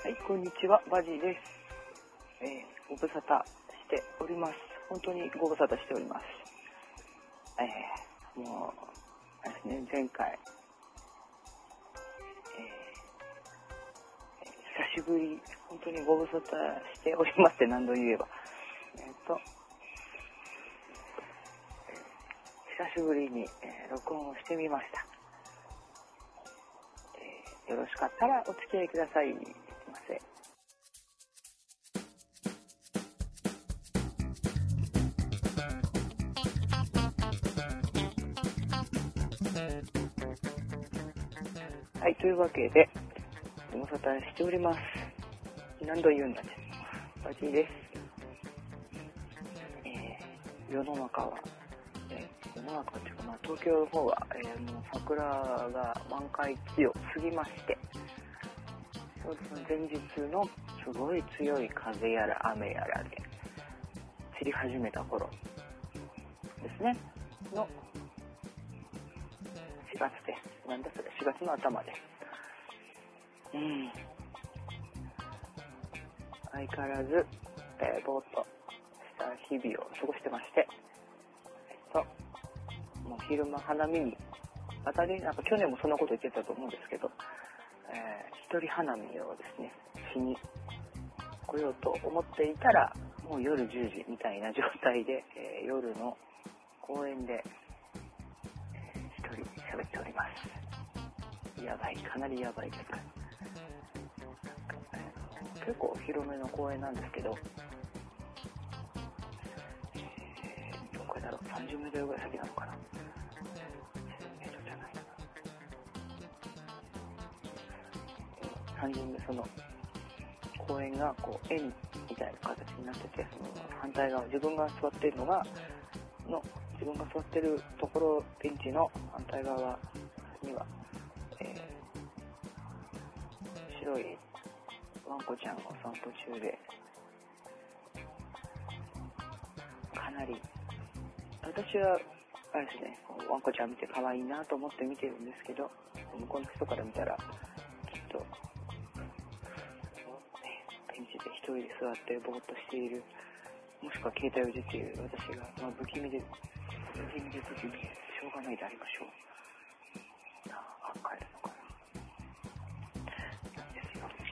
はい、こんにちは、バジーです。ご無沙汰しております。本当にご無沙汰しております。もう、あれですね、前回、久しぶり、本当にご無沙汰しておりますって何度言えば。久しぶりに、録音をしてみました。よろしかったらお付き合いください。すいません。はい、というわけで、ご無沙汰しております。何度言うんだね。バジーです。世の中は、世の中というか、東京の方は、もう桜が満開強すぎまして、そうですね、前日のすごい強い風やら雨やらで散り始めた頃ですね、の4月です。なんだそれ、4月の頭です。相変わらず、ぼーっとした日々を過ごしてまして、もう昼間花見に、またね、なんか去年もそんなこと言ってたと思うんですけど、一人花見をですね、しに来ようと思っていたら、もう夜10時みたいな状態で、夜の公園で、一人喋っております。やばい、かなりやばいですから。結構広めの公園なんですけど、どこだろう、30メートルぐらい先なのかな。単純にその公園がこう円みたいな形になってて、その反対側、自分が座っているところ、ベンチの反対側には、白いワンコちゃんがお散歩中で、かなり、私はあれですね、ワンコちゃん見て可愛いなと思って見てるんですけど、向こうの人から見たらきっとベンチで一人で座ってぼーっとしている、もしくは携帯をいじっている私が、不気味でしょうがないでありましょう。帰るのかな。なんですよ。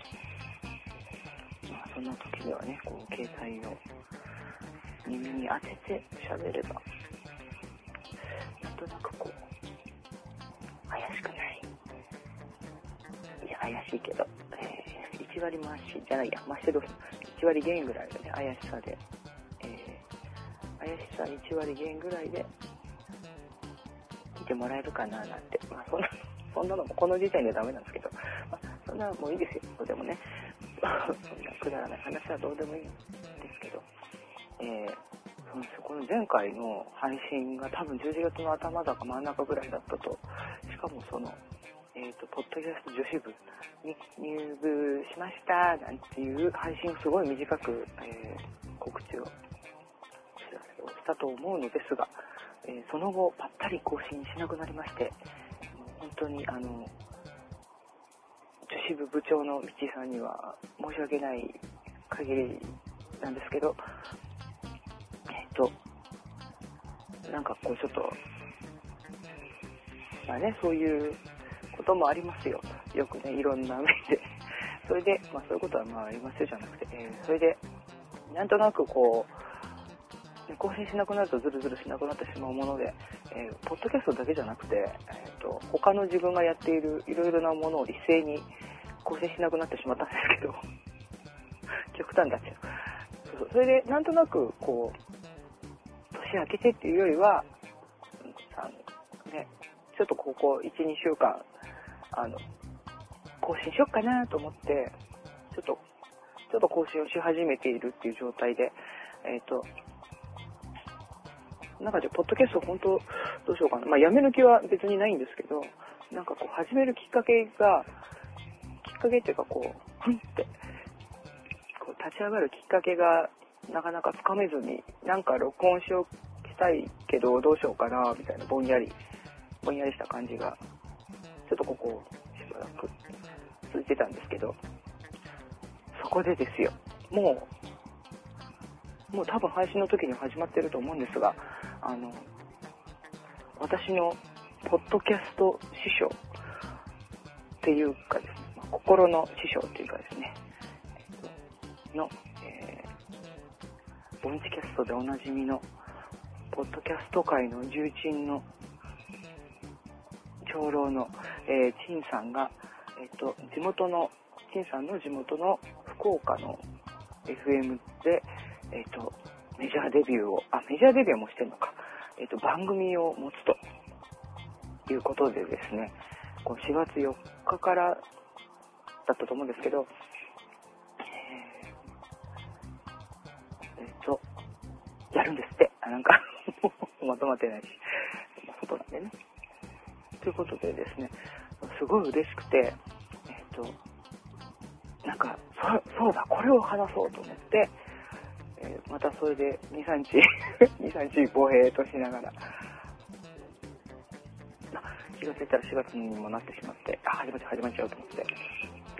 そんな時ではね、こう携帯を耳に当てて喋れば、なんとなくこう怪しくない。いや怪しいけど、1割増しじゃないや、増してどうする1割減ぐらいのね、怪しさで、怪しさ1割減ぐらいで見てもらえるかななんて、そんなのもこの時点でダメなんですけど、そんなのもういいですよ。どうでもねそんなくだらない話はどうでもいいんですけど、この前回の配信が多分11月の頭だか真ん中ぐらいだったと。しかもそのポッドキャスト女子部に入部しましたなんていう配信をすごい短く、告知をしたと思うのですが、その後ぱったり更新しなくなりまして、本当に女子部部長のみちさんには申し訳ない限りなんですけど、なんかこうちょっとそういうこともありますよ。よくね、いろんな面でそれでそういうことはありますよじゃなくて、それでなんとなくこう更新しなくなるとズルズルしなくなってしまうもので、ポッドキャストだけじゃなくて、他の自分がやっているいろいろなものを一斉に更新しなくなってしまったんですけど極端だっちゃう。それでなんとなくこう年明けてっていうよりはちょっとここ 1,2 週間更新しよっかなと思ってちょっと更新をし始めているっていう状態で、なんかポッドキャスト本当どうしようかな。やめる気は別にないんですけど、なんかこう始めるきっかけっていうかこうふんってこう立ち上がるきっかけがなかなかつかめずに、なんか録音したいけどどうしようかなみたいなぼんやりした感じがちょっとここしばらく続いてたんですけど、 そこでですよ、もう多分配信の時に始まってると思うんですが、私のポッドキャスト師匠っていうかですね、心の師匠っていうかですね、の、ボンチキャストでおなじみのポッドキャスト界の重鎮の長老の、陳さんが、陳さんの地元の福岡の FM で、メジャーデビューもしてるのか、番組を持つということでですね、4月4日からだったと思うんですけど、やるんですって。なんかまとまってないし、外なんでね。ということでですね、すごい嬉しくて、なんかそうだ、これを話そうと思って、またそれで2、3日ぼへーとしながら、気がついたら4月にもなってしまって、始まっちゃうと思って、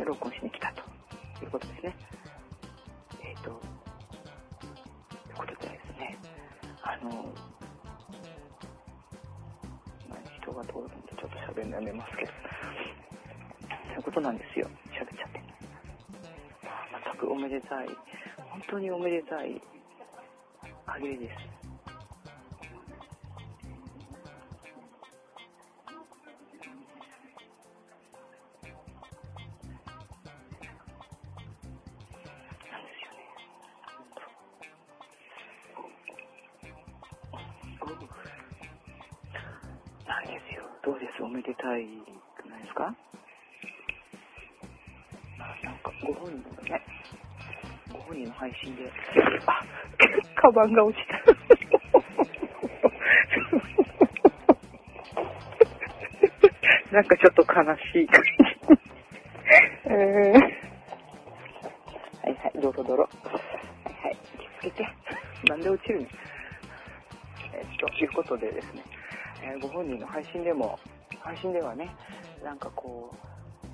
録音しに来たということですね。ということでですね、人が通るんでちょっと喋るのやめますけど、そういうことなんですよ。喋っちゃって。全くおめでたい、本当におめでたい限りです。なんですよ。どうです？おめでたいくないですか？なんかご本人の配信で、カバンが落ちた。なんかちょっと悲しい感じ。はいドロ。はい気をつけて。なんで落ちるの？ということでですね、ご本人の配信ではね、なんかこう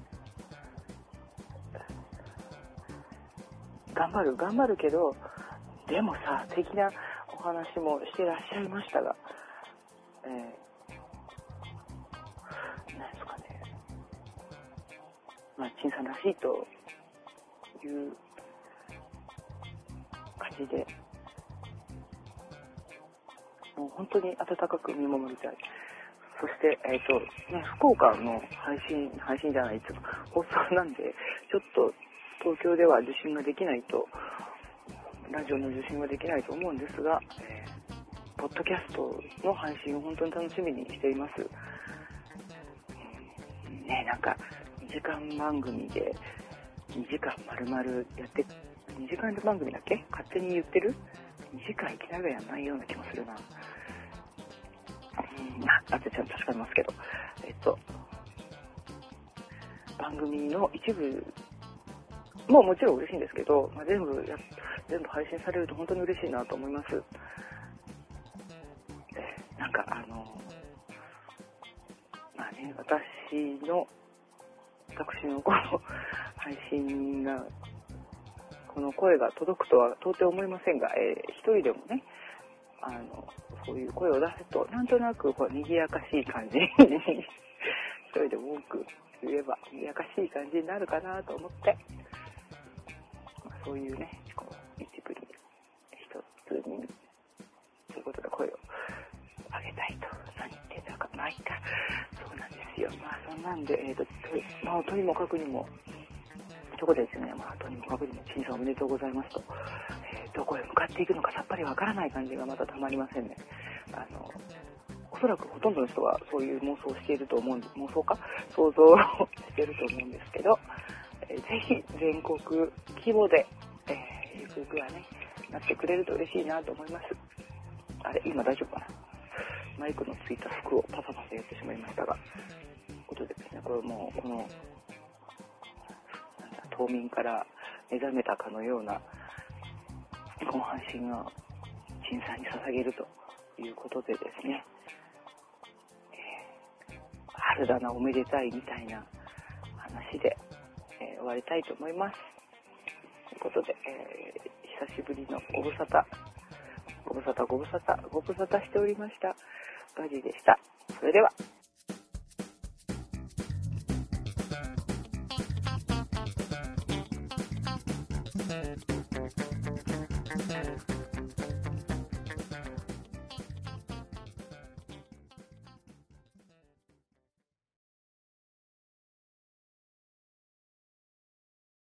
頑張るけど、でもさ、的なお話もしてらっしゃいましたが、なんですかね、陳さんらしいという感じで、もう本当に温かく見守りたい。そして、福岡の配信じゃない、ちょっと放送なんで、ちょっと東京では受信ができないと、ラジオの受信ができないと思うんですが、ポッドキャストの配信を本当に楽しみにしています。なんか2時間番組で2時間丸々やって、2時間番組だっけ？勝手に言ってる？ 2 時間いきなりはやんないような気もするな。あとちゃんと確かめますけど、番組の一部ももちろん嬉しいんですけど、全部配信されると本当に嬉しいなと思います。なんか私のこの配信が、この声が届くとは到底思いませんが、一人でもね、そういう声を出すと、なんとなく賑やかしい感じに一人でも多く言えば賑やかしい感じになるかなと思って、そういうね、一部に一つにということで声を上げたいと。何言ってたか、いいか。そうなんですよ。そんなんで、とにもかくにもそこでですね、とにもかくにも陳さんおめでとうございますと、どこへ向かっていくのかさっぱりわからない感じがまたたまりませんね。おそらくほとんどの人はそういう妄想をしていると思うんで、想像をしていると思うんですけど、ぜひ全国規模で、ゆくゆくはね、なってくれると嬉しいなと思います。今大丈夫かな。マイクのついた服をパサパサやってしまいましたが、ということでですね、これもうこの冬眠から目覚めたかのようなこの配信が陳さんに捧げるということでですね、春だなおめでたいみたいな話で、終わりたいと思います。 ことで、久しぶりのご無沙汰しておりましたガジでした。それでは。